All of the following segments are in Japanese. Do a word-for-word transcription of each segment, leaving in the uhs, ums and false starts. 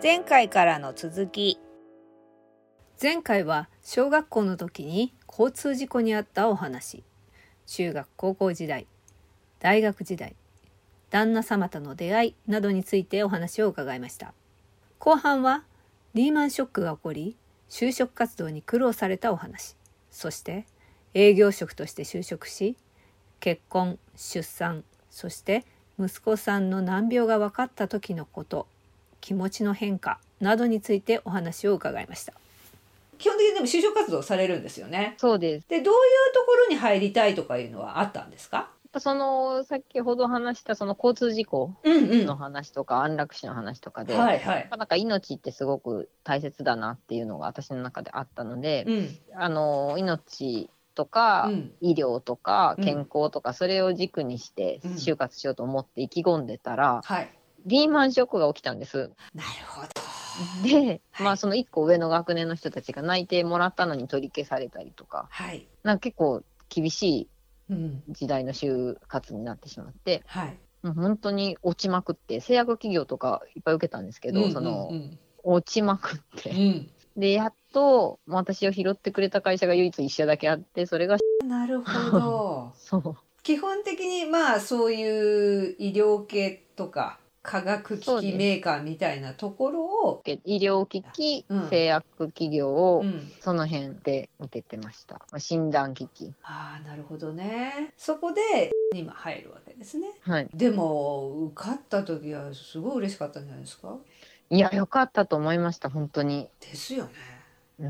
前回からの続き。 前回は小学校の時に交通事故に遭ったお話、中学高校時代、大学時代、旦那様との出会いなどについてお話を伺いました。後半はリーマンショックが起こり就職活動に苦労されたお話、そして営業職として就職し結婚、出産、そして息子さんの難病が分かった時のこと、気持ちの変化などについてお話を伺いました。 基本的にでも就職活動されるんですよね。 そうです。 で、どういうところに入りたいとかいうのはあったんですか？ その先ほど話したその交通事故の話とか、うんうん、安楽死の話とかで、はいはい、なんか命ってすごく大切だなっていうのが私の中であったので、うん、あの命とか、うん、医療とか健康とか、それを軸にして就活しようと思って意気込んでたら、うんはい、リーマンショックが起きたんです。 なるほど。 で、はい、まあそのいっこ上の学年の人たちが内定もらったのに取り消されたりとか、はい、なんか結構厳しい時代の就活になってしまって、はい、もう本当に落ちまくって、製薬企業とかいっぱい受けたんですけど、うんうんうん、その落ちまくって、うん、でやっと私を拾ってくれた会社が唯一一社だけあって、それがなるほどそう基本的にまあそういう医療系とか化学機器メーカーみたいなところを医療機器、うん、製薬企業を、うん、その辺で受けてました。診断機器。 ああなるほどね。そこで今入るわけですね。 はい。 でも受かった時はすごい嬉しかったんじゃないですか？ いや良かったと思いました、本当に。 ですよね。 うん。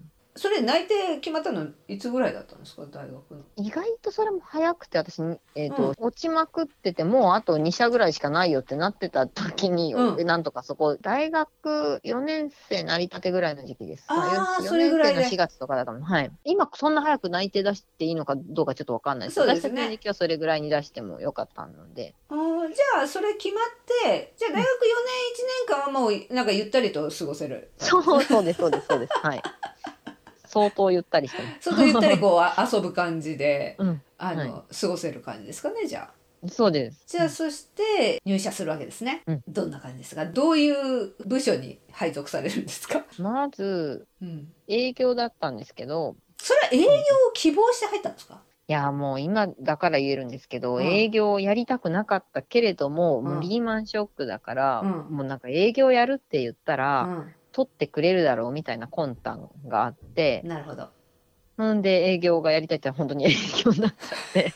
それ内定決まったのいつぐらいだったんですか、大学の？ 意外とそれも早くて、私、えーとうん、落ちまくっててもうあとに社ぐらいしかないよってなってた時に、うん、なんとかそこ大学よねん生なりたてぐらいの時期です。 ああ、 よねん生のしがつとかだったの。はい。今そんな早く内定出していいのかどうかちょっと分かんないです。 そうですね。 私たちの時期はそれぐらいに出してもよかったので。 あじゃあそれ決まってじゃあ大学よねんいちねんかんはもうなんかゆったりと過ごせる。 そうそうですそうですそうです。はい。相当ゆったりしてます。 相当ゆったりこう遊ぶ感じで、うん、あの、はい、過ごせる感じですかね、じゃあ。そうです。 じゃあ、うん、そして入社するわけですね、うん。どんな感じですか？どういう部署に配属されるんですか？ まず、うん、営業だったんですけど。 それは営業を希望して入ったんですか？ いやもう今だから言えるんですけど、うん、営業をやりたくなかったけれども、うん、もうリーマンショックだから、うん、もうなんか営業やるって言ったら、うん取ってくれるだろうみたいな魂胆があって、 なるほど。 なんで営業がやりたいって本当に営業になっちゃって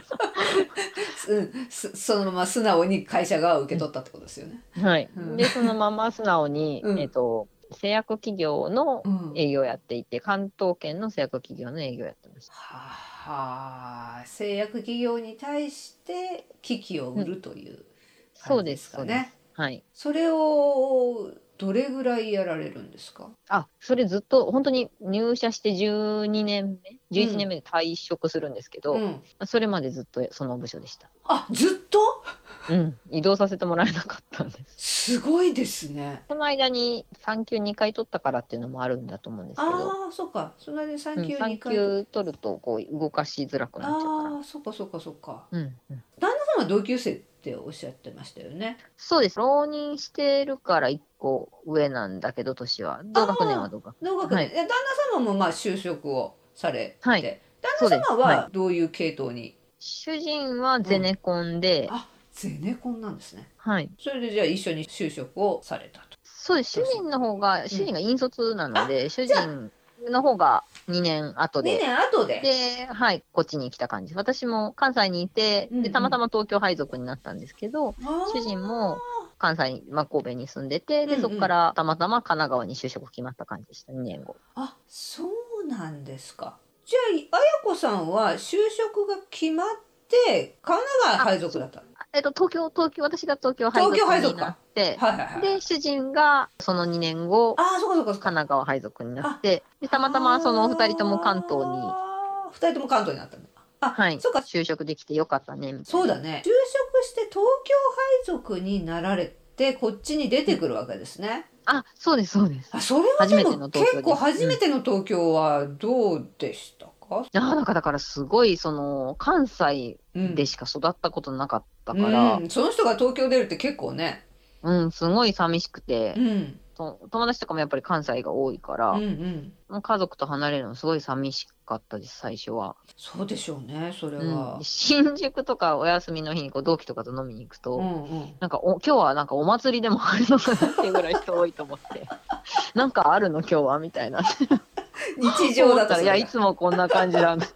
そ, そのまま素直に会社が受け取ったってことですよね。 うん、はい、うん、でそのまま素直に、うん、えっと製薬企業の営業をやっていて、うん、関東圏の製薬企業の営業をやってました。 はあ、製薬企業に対して機器を売るという感じですかね。うん、そうです、そうです。 はい。 それをどれぐらいやられるんですか？ あ、それずっと本当に入社してじゅうにねんめ、じゅういちねんめで退職するんですけど、うん、それまでずっとその部署でした。 あ、ずっと？ うん、移動させてもらえなかったんです。 すごいですね。 その間に産休にかい取ったからっていうのもあるんだと思うんですけど。 ああ、そうか。その間に産休にかい、 うん、産休取るとこう動かしづらくなっちゃうから。 ああ、そっかそっかそっか。 うんうん、 旦那さんは同級生っておっしゃってましたよね。 そうです。浪人してるからいっこ上なんだけど、年は同学年は同学年。同学年。はい、旦那様もまあ就職をされて、 はい、 旦那様はどういう系統に？はい、 主人はゼネコンで、 うん、あ、ゼネコンなんですね。 はい。 それでじゃあ一緒に就職をされたと。 そうです。主人の方が、主人が引率なので、うん、主人の方がにねんごで。 にねんごで。 で、はい、こっちに来た感じ。私も関西にいて、うんうん、で、たまたま東京配属になったんですけど、主人も関西、まあ、神戸に住んでて、で、そこからたまたま神奈川に就職決まった感じでした、にねんご。 あ、そうなんですか。じゃあ、あやこさんは就職が決まって、神奈川配属だったの？ えっと、東京、東京、私が東京配属になって、はいはいはい、で、主人がそのにねんご、 あそうかそうか神奈川配属になって、で、たまたまそのふたりとも関東に。 ふたりとも関東になったんだ。あ、 はい。そうか。就職できてよかったね、みたいな。 そうだね。就職して東京配属になられて、こっちに出てくるわけですね。 うん、あ、そうです、そうです。 あ、それはでも結構初めての東京はどうでしたか？うん、 いやなんかだからすごいその関西でしか育ったことなかったから、 うんうん、その人が東京出るって結構ねうん、すごい寂しくて、 うん、 友達とかもやっぱり関西が多いから、 うんうん、 もう家族と離れるのすごい寂しかったです、最初は。 そうでしょうね、それは。 うん、新宿とかお休みの日にこう同期とかと飲みに行くと、 うんうん、 なんかお今日はなんかお祭りでもあるのかなっていうぐらい人多いと思って、なんかあるの今日はみたいな。 日常だったら、 いや、いつもこんな感じなんだ。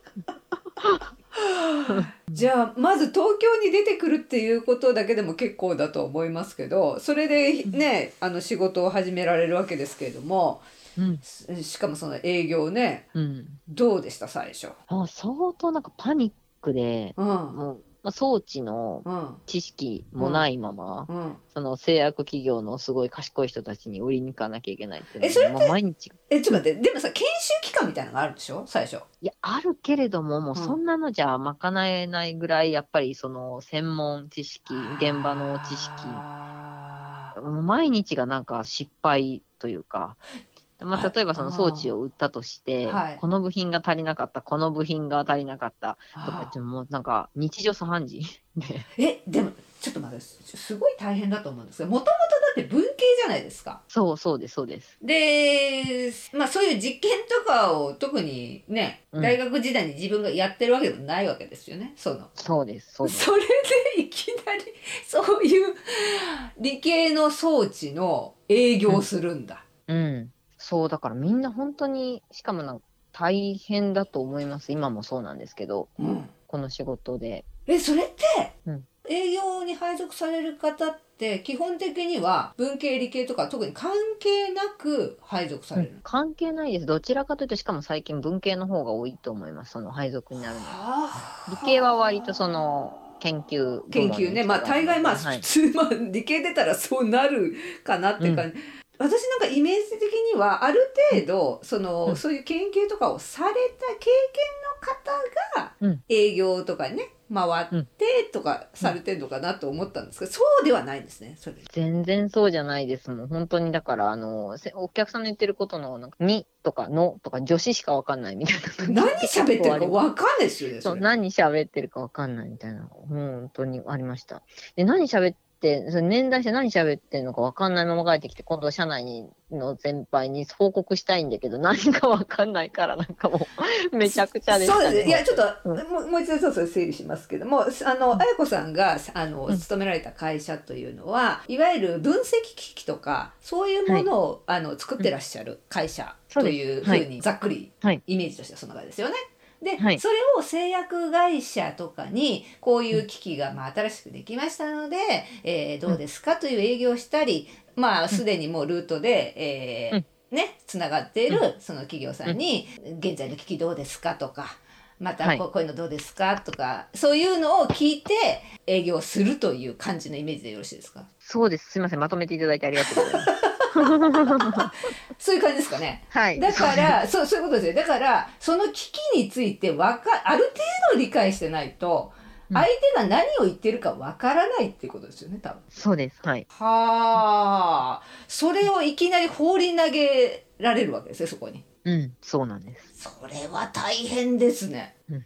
じゃあまず東京に出てくるっていうことだけでも結構だと思いますけど、それでね、うん、あの仕事を始められるわけですけれども、うん、しかもその営業ね、うん、どうでした最初？ あ、相当なんかパニックで、うん、もうまあ、装置の知識もないまま、うんうん、その製薬企業のすごい賢い人たちに売りに行かなきゃいけないっていうの。 え、それって、毎日。え、ちょっと待って、でもさ、研修期間みたいなのがあるでしょ最初。 いや、あるけれども、もうそんなのじゃ賄えないぐらい、やっぱりその専門知識、現場の知識、もう毎日がなんか失敗というか、まあ、例えばその装置を売ったとして、はい、この部品が足りなかった、この部品が足りなかったとかってもうなんか日常茶飯事で。 え、でもちょっと待って、すごい大変だと思うんですけど、もともとだって文系じゃないですか。 そうそうです、そうです。 で、まあそういう実験とかを特にね、うん、大学時代に自分がやってるわけでもないわけですよね、その。 そうです、そうです。 それでいきなりそういう理系の装置の営業をするんだ。 うん、うんそう、だからみんな本当に、しかもなんか大変だと思います。今もそうなんですけど、うん、この仕事で。 え、それって、うん、営業に配属される方って基本的には文系理系とか特に関係なく配属される、うん、 関係ないです。どちらかというと、しかも最近文系の方が多いと思います。その配属になるのは。理系は割とその、研究研究ね。まあ大概まあ普通、はい、まあ理系出たらそうなるかなって感じ。うん私なんかイメージ的にはある程度その、うん、そういう研究とかをされた経験の方が営業とかね回ってとかされてるのかなと思ったんですけど、そうではないんですね。それ全然そうじゃないですもん。本当にだからあのお客さんの言ってることのなんかにとかのとか助詞しか分かんないみたいな。 何喋ってるか分かんないですよね。 そう何喋ってるか分かんないみたいな本当にありました。で何喋ってその年代して何喋ってんのか分かんないまま帰ってきて、今度社内にの先輩に報告したいんだけど何か分かんないからなんかもうめちゃくちゃでしたね。 そうです。いやちょっと、うん、も, もう一度そう整理しますけども、あの、うん、彩子さんがあの勤められた会社というのは、いわゆる分析機器とかそういうものを、はい、あの作ってらっしゃる会社というふうにざっくりイメージとしてはそんな感じですよね。で、はい、それを製薬会社とかにこういう機器がまあ新しくできましたので、えー、どうですかという営業をしたり、まあすでにもうルートで、えーね、つながっているその企業さんに現在の機器どうですかとかまたこういうのどうですかとかそういうのを聞いて営業するという感じのイメージでよろしいですか？ そうです。すみません、まとめていただいてありがとうございます。 そういう感じですかね。 はい。 だからそうそういうことですよ。だからその機器についてわかある程度理解してないと相手が何を言ってるかわからないっていうことですよね、多分。 そうです。はい。 はあ。それをいきなり放り投げられるわけですね、そこに。 うん、そうなんです。 それは大変ですね。うん、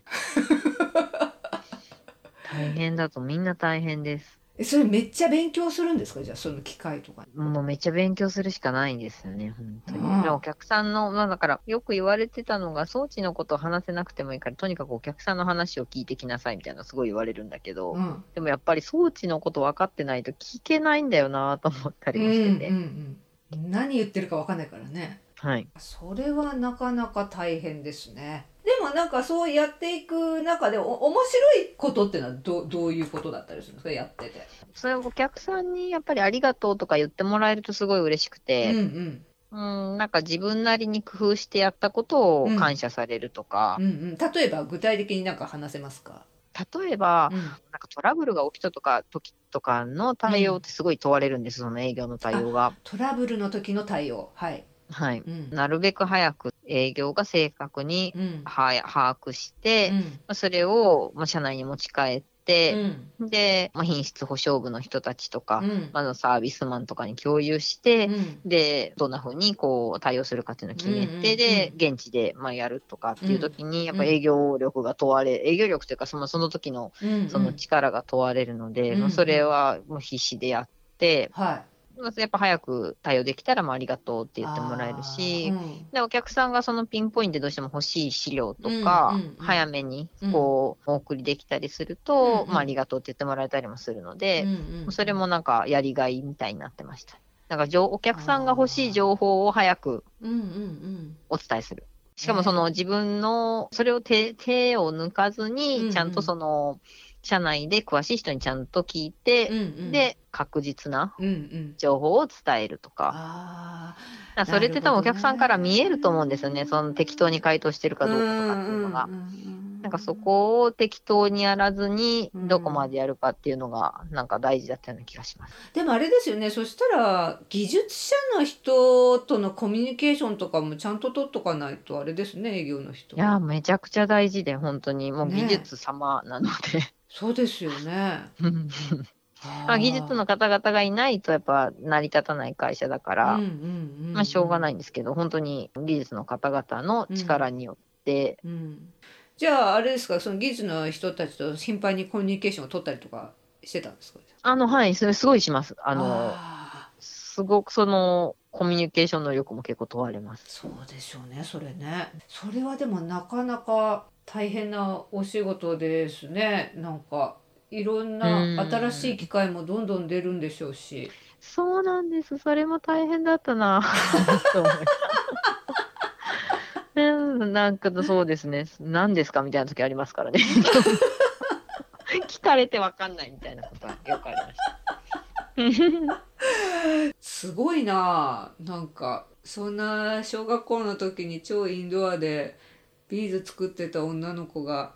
大変だとみんな大変です。 えそれめっちゃ勉強するんですか？じゃあその機械とか。 もうめっちゃ勉強するしかないんですよね、本当に。うん、お客さんの、まあだからよく言われてたのが装置のことを話せなくてもいいからとにかくお客さんの話を聞いてきなさいみたいなすごい言われるんだけど、うん、でもやっぱり装置のこと分かってないと聞けないんだよなと思ったりもしてて、うんうんうん、何言ってるか分かんないからね。 はい。 それはなかなか大変ですね。でもなんかそうやっていく中でお面白いことっていうのは ど, どういうことだったりするんですか？やってて。 それお客さんにやっぱりありがとうとか言ってもらえるとすごい嬉しくて、うんうん、うんなんか自分なりに工夫してやったことを感謝されるとか、 うんうんうん、例えば具体的になんか話せますか？ 例えば、うん、なんかトラブルが起きたとか時とかの対応ってすごい問われるんです、うん、その営業の対応が。 トラブルの時の対応、はいはい、うん、なるべく早く営業が正確に、うん、は把握して、うん、それを、まあ、社内に持ち帰って、うん、で、まあ、品質保証部の人たちとか、うん、まあ、サービスマンとかに共有して、うん、でどんな風にこう対応するかっていうのを決めて、うんうんうん、で現地でまあやるとかっていう時に、やっぱ営業力が問われ、営業力というかそのその時のその力が問われるので、うんうん、まあ、それはもう必死でやって。 て、 はい、 やっぱ早く対応できたらもうありがとうって言ってもらえるし、うん、でお客さんがそのピンポイントでどうしても欲しい資料とか、うんうんうん、早めにこう、うん、お送りできたりすると、うんうん、まあ、ありがとうって言ってもらえたりもするので、うんうんうん、それもなんかやりがいみたいになってました。なんかお客さんが欲しい情報を早くお伝えする。しかもその自分のそれを 手, 手を抜かずにちゃんとその、うんうん、社内で詳しい人にちゃんと聞いて、うんうん、で確実な情報を伝えるとか、うんうん、それって多分お客さんから見えると思うんですよね。その適当に回答してるかどうかとかっていうのが、うんうんうん、なんかそこを適当にやらずにどこまでやるかっていうのがなんか大事だったような気がします。 でもあれですよね、そしたら技術者の人とのコミュニケーションとかもちゃんと取っとかないとあれですね、営業の人。 いやめちゃくちゃ大事で、本当にもう技術様なので、ね、 そうですよねまあ技術の方々がいないとやっぱ成り立たない会社だから、うんうんうんうん、まあしょうがないんですけど、本当に技術の方々の力によって、うんうん、 じゃああれですか、その技術の人たちと頻繁にコミュニケーションを取ったりとかしてたんですか？ あのはい、それすごいします。あのあすごくそのコミュニケーション能力も結構問われます。 そうでしょうね、それね。それはでもなかなか大変なお仕事ですね。なんかいろんな新しい機会もどんどん出るんでしょうし。 そうなんです。それも大変だったななんかそうですね。何ですかみたいな時ありますからね聞かれて分かんないみたいなことはよくありましたすごいな。なんかそんな小学校の時に超インドアでビーズ作ってた女の子が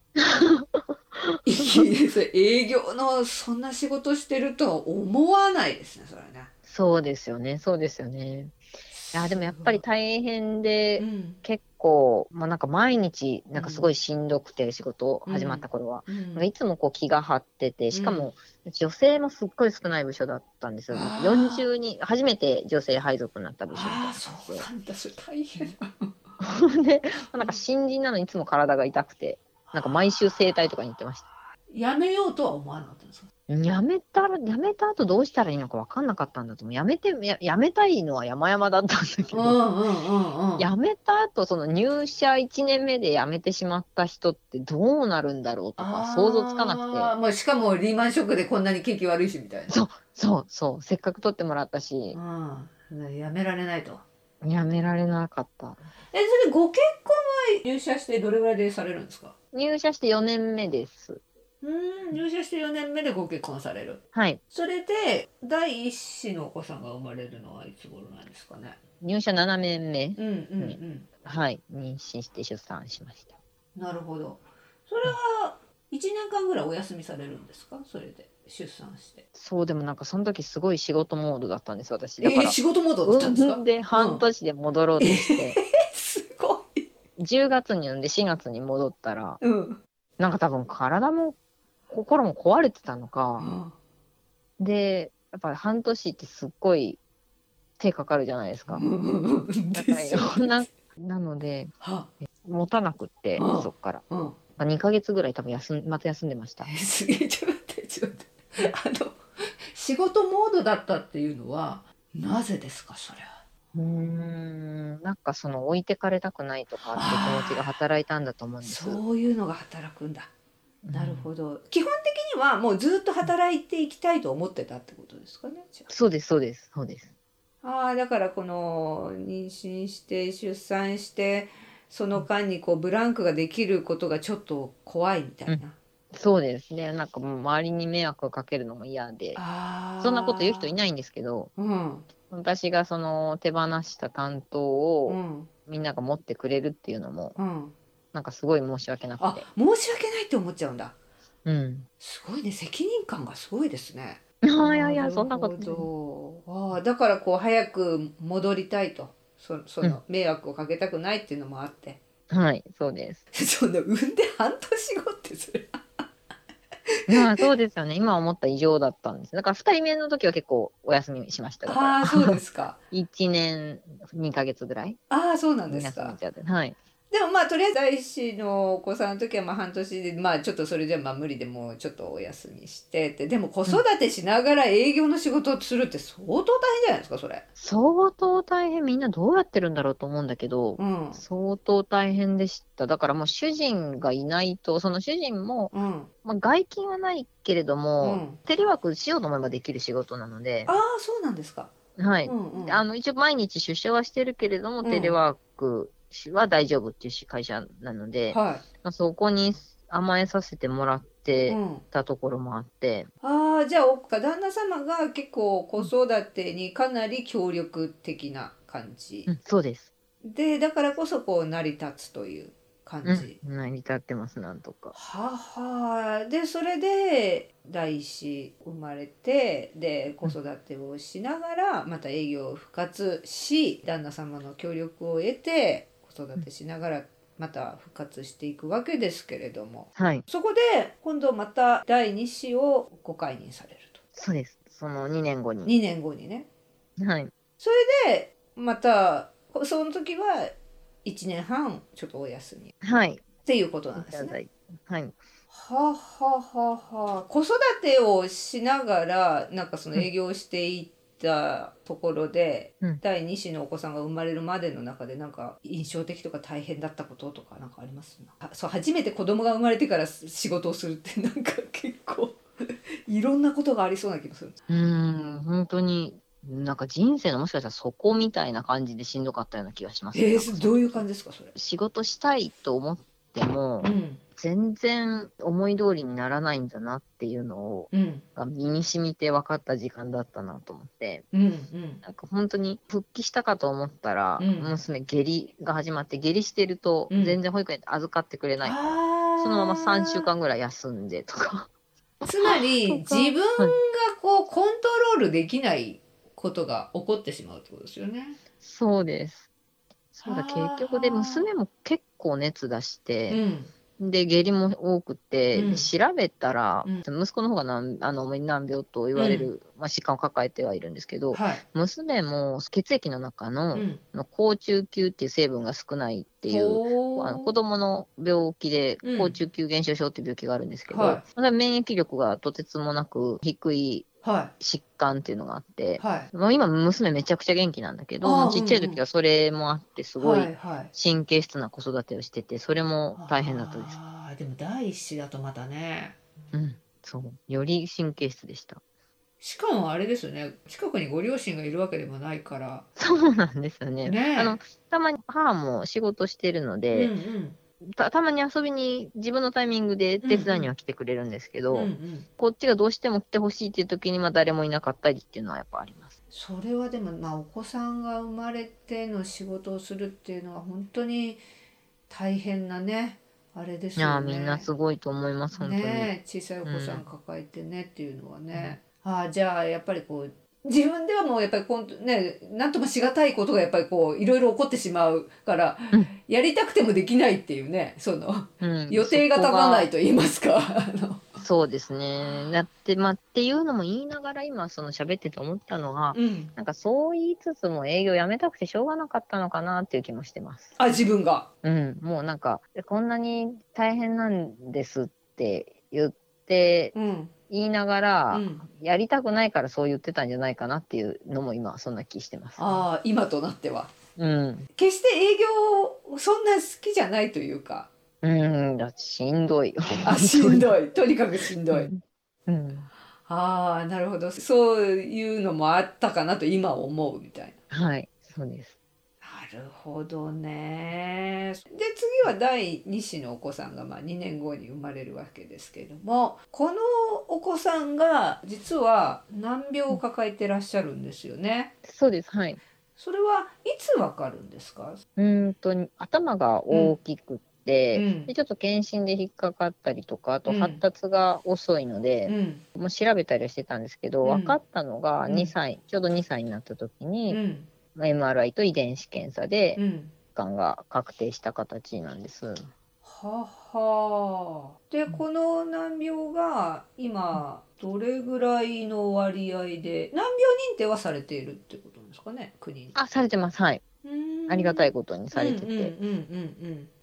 営業のそんな仕事してるとは思わないですね、それね。 そうですよね、そうですよね。いやでもやっぱり大変で、うん、結構、まあ、なんか毎日なんかすごいしんどくて、うん、仕事始まった頃は、うん、いつもこう気が張ってて、しかも女性もすっごい少ない部署だったんですよ。うん、よんじゅうにん、初めて女性配属になった部署みたいな。あ、 そうなんだ、それ大変で、なんか新人なのにいつも体が痛くて、なんか毎週整体とかに行ってました。 やめようとは思わなかったんですか？ やめたら、やめた後どうしたらいいのか分かんなかったんだと思う。やめて、や、やめたいのは山々だったんだけど、うんうんうんうん、やめた後、その入社いちねんめで辞めてしまった人ってどうなるんだろうとか想像つかなくて。 まあ、しかもリーマンショックでこんなに景気悪いしみたいな。 そう、そう、そう。せっかく取ってもらったし。 うん、やめられないと。 やめられなかった。 え、それご結婚は入社してどれぐらいでされるんですか？ 入社してよねんめです。 うん、入社してよねんめでご結婚される。 はい。 それで第一子のお子さんが生まれるのはいつ頃なんですかね？ 入社ななねんめに、 うんうんうん、 はい、妊娠して出産しました。 なるほど。それはいちねんかんぐらいお休みされるんですか？それで出産して。 そう、でもなんかその時すごい仕事モードだったんです私。 だから、えー、仕事モードだったんですか？ 産んで半年で戻ろうとして、うん、 えー、すごい。 じゅうがつに産んでしがつに戻ったら、うん、なんか多分体も心も壊れてたのか、うん、でやっぱり半年ってすっごい手かかるじゃないですか。だからいろんななので持たなくって、そっから、うん、にかげつぐらい多分休んまた休んでました。 えすげえ、ちょっと待ってちょっと待ってあの仕事モードだったっていうのはなぜですか？それは。 うーん、なんかその置いてかれたくないとかって気持ちが働いたんだと思うんです。 そういうのが働くんだ。なるほど、うん、基本的にはもうずっと働いていきたいと思ってたってことですかね？じゃあそうですそうですそうです。 ああ、だからこの妊娠して出産してその間にこうブランクができることがちょっと怖いみたいな、うん、 そうですね。なんかもう周りに迷惑をかけるのも嫌で、そんなこと言う人いないんですけど、うん、私がその手放した担当をみんなが持ってくれるっていうのも、うん、なんかすごい申し訳なくて。 あ、申し訳ないって思っちゃうんだ。 うん。 すごいね、責任感がすごいですね。 いやいや、そんなことない。あ、だからこう早く戻りたいと、そ、その迷惑をかけたくないっていうのもあって。 うん、はい、そうです。 その産んで半年後ってそれ。 まあそうですよね。今思った異常だったんです。だからふたりめの時は結構お休みしました。 ああ、そうですか。 いちねんにかげつぐらい。 ああ、そうなんですか。 はい。 でもまあとりあえず第一子のお子さんの時はまあ半年でまあちょっとそれじゃまあ無理でもうちょっとお休みしてって、でも子育てしながら営業の仕事をするって相当大変じゃないですかそれ。 相当大変。みんなどうやってるんだろうと思うんだけど、 うん、 相当大変でした。だからもう主人がいないと、その主人も、うん、まあ、外勤はないけれども、うん、テレワークしようと思えばできる仕事なので。 ああそうなんですか。 はい、うんうん、あの一応毎日出社はしてるけれども、うん、テレワークは大丈夫っていう会社なので、はい、まあ、そこに甘えさせてもらってたところもあって、 うん、ああじゃあ旦那様が結構子育てにかなり協力的な感じ、 うん、そうですでだからこそこう成り立つという感じ、 うん、成り立ってますなんとか。 ははでそれで第一子生まれてで子育てをしながらまた営業を復活し、旦那様の協力を得て子育てしながらまた復活していくわけですけれども、 はい、 そこで今度また第二子をご解任されると。 そうです。そのにねんごににねんごにね。 はい。 それでまたその時はいちねんはんちょっとお休み、 はい、 っていうことなんですね。 はい。 はははは子育てをしながらなんかその営業をしていったところで、うん、第二子のお子さんが生まれるまでの中でなんか印象的とか大変だったこととかなんかあります？そう初めて子供が生まれてから仕事をするってなんか結構いろんなことがありそうな気がする。 うーん本当になんか人生のもしかしたらそこみたいな感じでしんどかったような気がします、ね。 えー、どういう感じですかそれ？ 仕事したいと思っても、うん、全然思い通りにならないんだなっていうのを、うん、が身に染みて分かった時間だったなと思って、うんうん、なんか本当に復帰したかと思ったら、うん、娘下痢が始まって下痢してると全然保育園で預かってくれないから、うん、そのままさんしゅうかんぐらい休んでとかつまり自分がこうコントロールできないことが起こってしまうってことですよね。 そうです。そうだ結局で娘も結構熱出して、うん、で下痢も多くて、うん、調べたら、うん、息子の方が難あの難病と言われる、うんまあ、疾患を抱えてはいるんですけど、はい、娘も血液の中の,、うん、の好中球っていう成分が少ないっていう、あの子供の病気で好中球減少症っていう病気があるんですけど、はい、免疫力がとてつもなく低い疾患っていうのがあって、はい、もう今娘めちゃくちゃ元気なんだけど、ちっちゃい時はそれもあってすごい神経質な子育てをしてて、それも大変だったです。 ああでも第一子だとまたね、 うんそうより神経質でした。 しかもあれですよね、近くにご両親がいるわけでもないから。 そうなんですよね。ねあのたまに母も仕事してるので、うんうんた, たまに遊びに自分のタイミングで手伝いには来てくれるんですけど、うんうん、こっちがどうしても来てほしいっていう時には誰もいなかったりっていうのはやっぱあります。 それはでも、まあ、お子さんが生まれての仕事をするっていうのは本当に大変なねあれですよね。 いやみんなすごいと思います本当に、 ね、小さいお子さん抱えてね、うん、っていうのはね、うん、あじゃあやっぱりこう自分ではもうやっぱりこう、ね、なんともしがたいことがやっぱりこういろいろ起こってしまうから、うん、やりたくてもできないっていうねその、うん、予定が立たないと言いますかそうですねだってまあっていうのも言いながら今その喋ってて思ったのは、うん、なんかそう言いつつも営業やめたくてしょうがなかったのかなっていう気もしてます。 あ自分がうんもうなんかこんなに大変なんですって言って、うん言いながら、うん、やりたくないからそう言ってたんじゃないかなっていうのも今そんな気してます。 ああ今となっては、 うん、 決して営業そんな好きじゃないというかうんだってしんどいあしんどいとにかくしんどい、 うんうん、 ああなるほどそういうのもあったかなと今思うみたいな。はいそうです。 なるほどね。で次は第二子のお子さんがまあにねんごに生まれるわけですけれどもこのお子さんが実は難病を抱えてらっしゃるんですよね。 そうですはい。 それはいつわかるんですか？ うんと頭が大きくて、うん、でちょっと検診で引っかかったりとかあと発達が遅いので、うん、もう調べたりはしてたんですけど、うん、分かったのがにさい、うん、ちょうどにさいになった時に、うんエムアールアイ と遺伝子検査でがんが確定した形なんです。うん、 ははでこの難病が今どれぐらいの割合で難病認定はされているってことですかね国に。 あされてますはい。ありがたいことにされてて。 うんうんうんうんうん、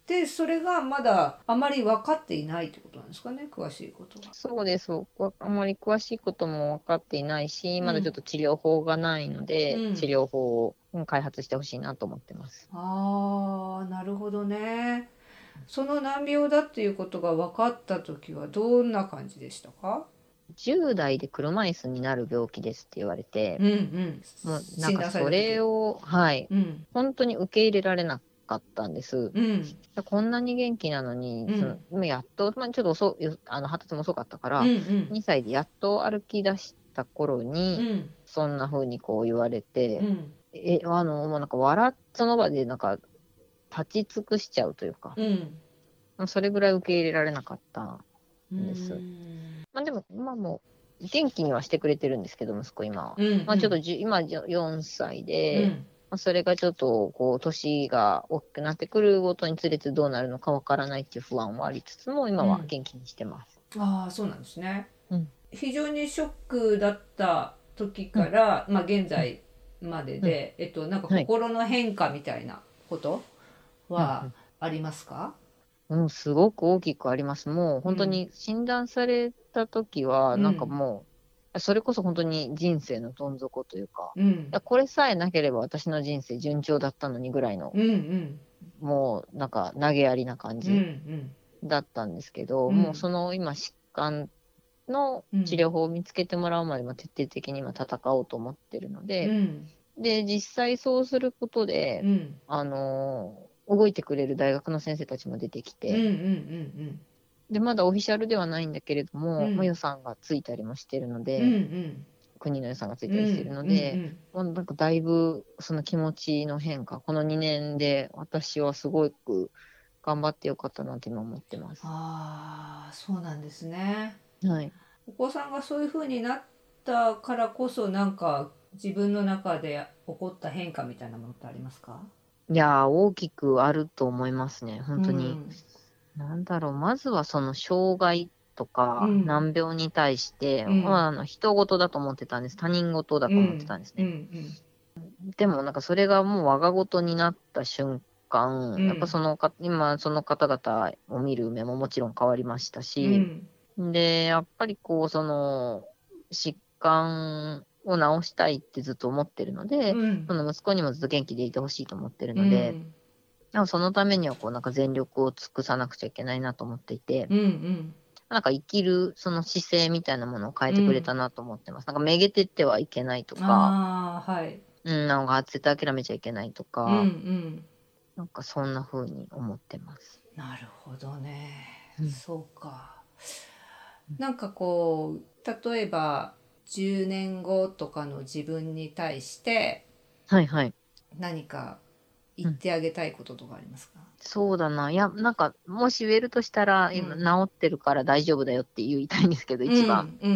でそれがまだあまり分かっていないってことなんですかね、詳しいことが。 そうです。あまり詳しいことも分かっていないし、うん、まだちょっと治療法がないので、うん、治療法を開発してほしいなと思ってます。 ああ、なるほどね。その難病だっていうことが分かった時はどんな感じでしたか？ じゅう代で車椅子になる病気ですって言われて、 うんうん、 もうなんかそれを、はい、うん、本当に受け入れられなかったんです。うん、こんなに元気なのに、うん、そのやっと、まあ、ちょっと遅あの発達も遅かったから、うんうん、にさいでやっと歩き出した頃に、うん、そんな風にこう言われて、うん、えあのもうなんか笑っその場でなんか立ち尽くしちゃうというか、うん、それぐらい受け入れられなかったんです。まあ、でも今も元気にはしてくれてるんですけど、息子今は。うんうん、まあ、ちょっと今よんさいで、うんまあ、それがちょっとこう年が大きくなってくるごとにつれてどうなるのかわからないっていう不安はありつつも、今は元気にしてます。 うん、ああ、そうなんですね。うん、非常にショックだった時から、うん、まあ現在までで、うん、えっとなんか心の変化みたいなことはありますか？ うん、うん、すごく大きくあります。もう本当に診断された時は、なんかもう、うん、それこそ本当に人生のどん底というか、うん、いやこれさえなければ私の人生順調だったのにぐらいの、うんうん、もうなんか投げやりな感じだったんですけど、うんうん、もうその今疾患の治療法を見つけてもらうまでも徹底的に今戦おうと思ってるので、うん、で実際そうすることで、うん、あの動いてくれる大学の先生たちも出てきて、うんうんうんうん、でまだオフィシャルではないんだけれども、うんまあ、予算がついたりもしてるので、うんうん、国の予算がついたりしてるので、うんうんうん、なんかだいぶその気持ちの変化、このにねんで私はすごく頑張ってよかったなって今思ってます。 ああ、そうなんですね。 はい。 お子さんがそういう風になったからこそ、なんか自分の中で起こった変化みたいなものってありますか？ いやー、大きくあると思いますね。本当に。うん、なんだろう、まずはその障害とか難病に対して、うんまあ、あの人事だと思ってたんです。他人事だと思ってたんですね。うんうんうん、でもなんかそれがもう我が事になった瞬間、うん、やっぱそのか今その方々を見る目ももちろん変わりましたし、うん、で、やっぱりこうその疾患を治したいってずっと思ってるので、うん、その息子にもずっと元気でいてほしいと思ってるので、うんでもそのためにはこうなんか全力を尽くさなくちゃいけないなと思っていて、うんうん、なんか生きるその姿勢みたいなものを変えてくれたなと思ってます。うん、なんかめげてってはいけないとか、 あ、はい、 うん、なんか絶対諦めちゃいけないとか、うんうん、なんかそんな風に思ってます。 なるほどね。うん、そうか。なんかこう例えばじゅうねんごとかの自分に対して、 はいはい、 何か言ってあげたいこととかありますか？うん、 そうだな。いや、なんか、もし言えるとしたら、今、治ってるから大丈夫だよって言いたいんですけど、うん、一番。うん、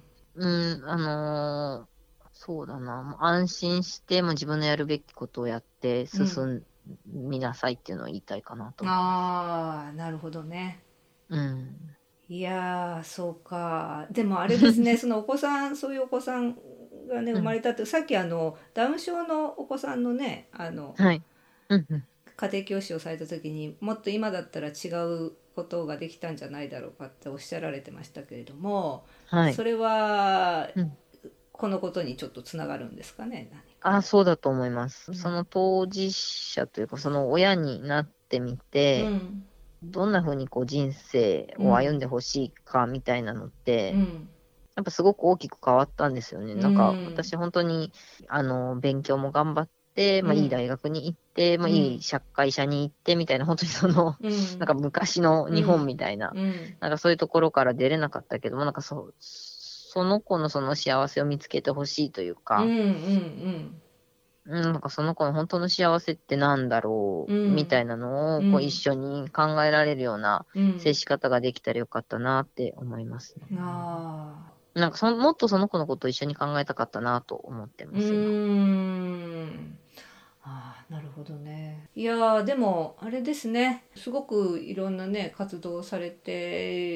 うん。うん、あのー、そうだな。安心して、も自分のやるべきことをやって進みなさいっていうのを言いたいかなと思います。 ああ、なるほどね。 うん。 いやー、そうか。でもあれですね、そのお子さん、そういうお子さんがね、生まれたって、うん、さっきあの、ダウン症のお子さんのね、あの、 はい。うんうん、 家庭教師をされた時にもっと今だったら違うことができたんじゃないだろうかっておっしゃられてましたけれども、はい、それは、うん、このことにちょっとつながるんですかね？何か。 あ、そうだと思います。うん、その当事者というかその親になってみて、うん、どんな風にこう人生を歩んでほしいかみたいなのって、うん、やっぱすごく大きく変わったんですよね。なんか私本当にあの勉強も頑張って、まあ、いい大学に行って、うん、まあ、いい社会社に行ってみたいな、本当にその、うん、なんか昔の日本みたいな、うん、なんかそういうところから出れなかったけども、なんかそその子のその幸せを見つけてほしいというか、うんうんうん、なんかその子の本当の幸せってなんだろう、みたいなのをこう一緒に考えられるような接し方ができたらよかったなって思いますね。あなんかそもっとその子のことを一緒に考えたかったなと思ってます。うーん、ああ、なるほどね。いやでもあれですね、すごくいろんなね活動をされて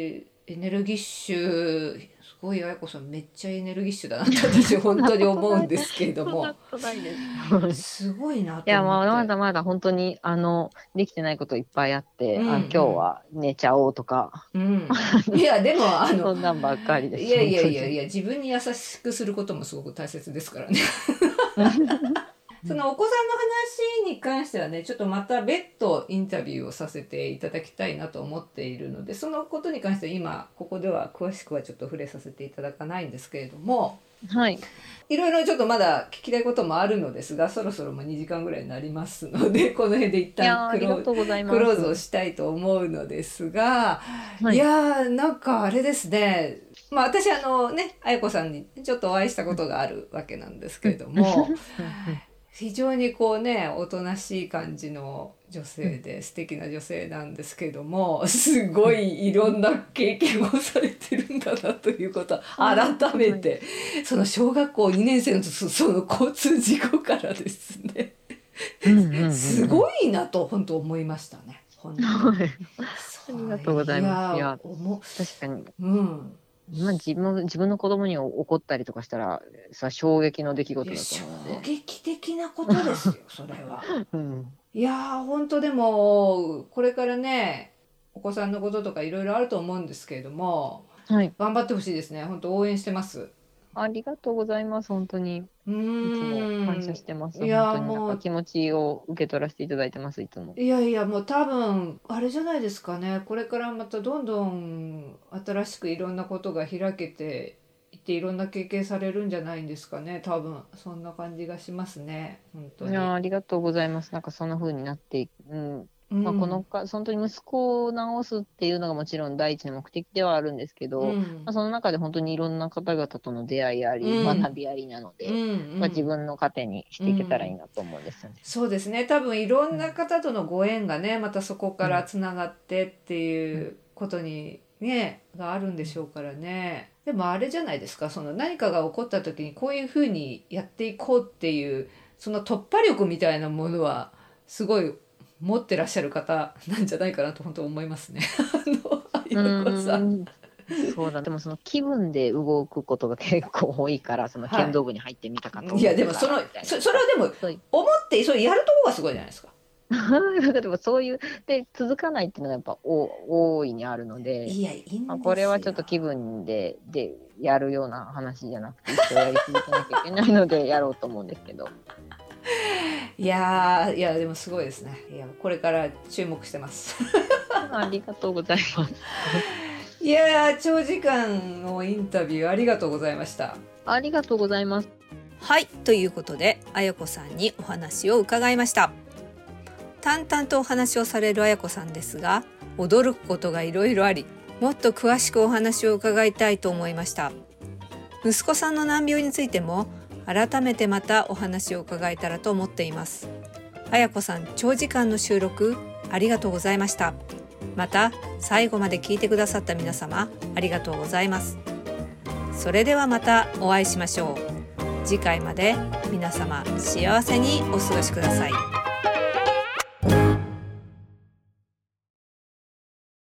エネルギッシュ、すごいあやこさんめっちゃエネルギッシュだなって私本当に思うんですけれどもすごいなと思って。 いや、まあ、まだまだ本当にあのできてないこといっぱいあって、うんうん、あ今日は寝ちゃおうとか、 うん、いやでもあのそんなんばっかりです。 いやいやいやいや、自分に優しくすることもすごく大切ですからねそのお子さんの話に関してはね、ちょっとまた別途インタビューをさせていただきたいなと思っているので、そのことに関しては今ここでは詳しくはちょっと触れさせていただかないんですけれども、 はい、 いろいろちょっとまだ聞きたいこともあるのですが、そろそろもうにじかんぐらいになりますので、この辺で一旦クローズをしたいと思うのですが、はい、いやーなんかあれですね、まあ私あのね、あやこさんにちょっとお会いしたことがあるわけなんですけれども非常にこうね、おとなしい感じの女性で素敵な女性なんですけれども、すごいいろんな経験をされてるんだなということを改めて、その小学校にねん生のその交通事故からですねすごいなと本当思いましたね。本当にありがとうございます。いや、確かに、うんまあ、自分自分の子供に起こったりとかしたらさ、衝撃の出来事だと思うので。 衝撃的なことですよそれは、うん、いや本当でもこれからね、お子さんのこととかいろいろあると思うんですけれども、はい、頑張ってほしいですね。本当応援してます。 ありがとうございます。本当にいつも感謝してます。いや本当になんか気持ちを受け取らせていただいてます。いつも。 いやいや、もう多分あれじゃないですかね、これからまたどんどん新しくいろんなことが開けていっていろんな経験されるんじゃないんですかね。多分そんな感じがしますね。本当に。 いやありがとうございます。なんかそんな風になってうんまあ、このか本当に息子を治すっていうのがもちろん第一の目的ではあるんですけど、うんまあ、その中で本当にいろんな方々との出会いあり、うん、学びありなので、うんうんまあ、自分の糧にしていけたらいいなと思うんですよね、 うん、そうですね。多分いろんな方とのご縁がねまたそこからつながってっていうことにねがあるんでしょうからね。でもあれじゃないですか、その何かが起こった時にこういうふうにやっていこうっていうその突破力みたいなものはすごい持ってらっしゃる方なんじゃないかなと本当思いますね。あのあやこさん。 そうだ、でもその気分で動くことが結構多いから、その剣道部に入ってみたかと思う、 はい、いやでもその そ, それはでも思ってそれやるとこがすごいじゃないですか。 でもそういうで続かないっていうのがやっぱお大いにあるので、 いやいいんですよ、 まあ、これはちょっと気分ででやるような話じゃなくて一生やり続けなきゃいけないのでやろうと思うんですけど。 いやいやでもすごいですね。いやこれから注目してます。 ありがとうございます。 いや長時間のインタビューありがとうございました。 ありがとうございます。 はい、ということであやこさんにお話を伺いました。淡々とお話をされるあやこさんですが、驚くことがいろいろあり、もっと詳しくお話を伺いたいと思いました。息子さんの難病についても改めてまたお話を伺えたらと思っています。あやこさん、長時間の収録ありがとうございました。また最後まで聞いてくださった皆様ありがとうございます。それではまたお会いしましょう。次回まで皆様幸せにお過ごしください。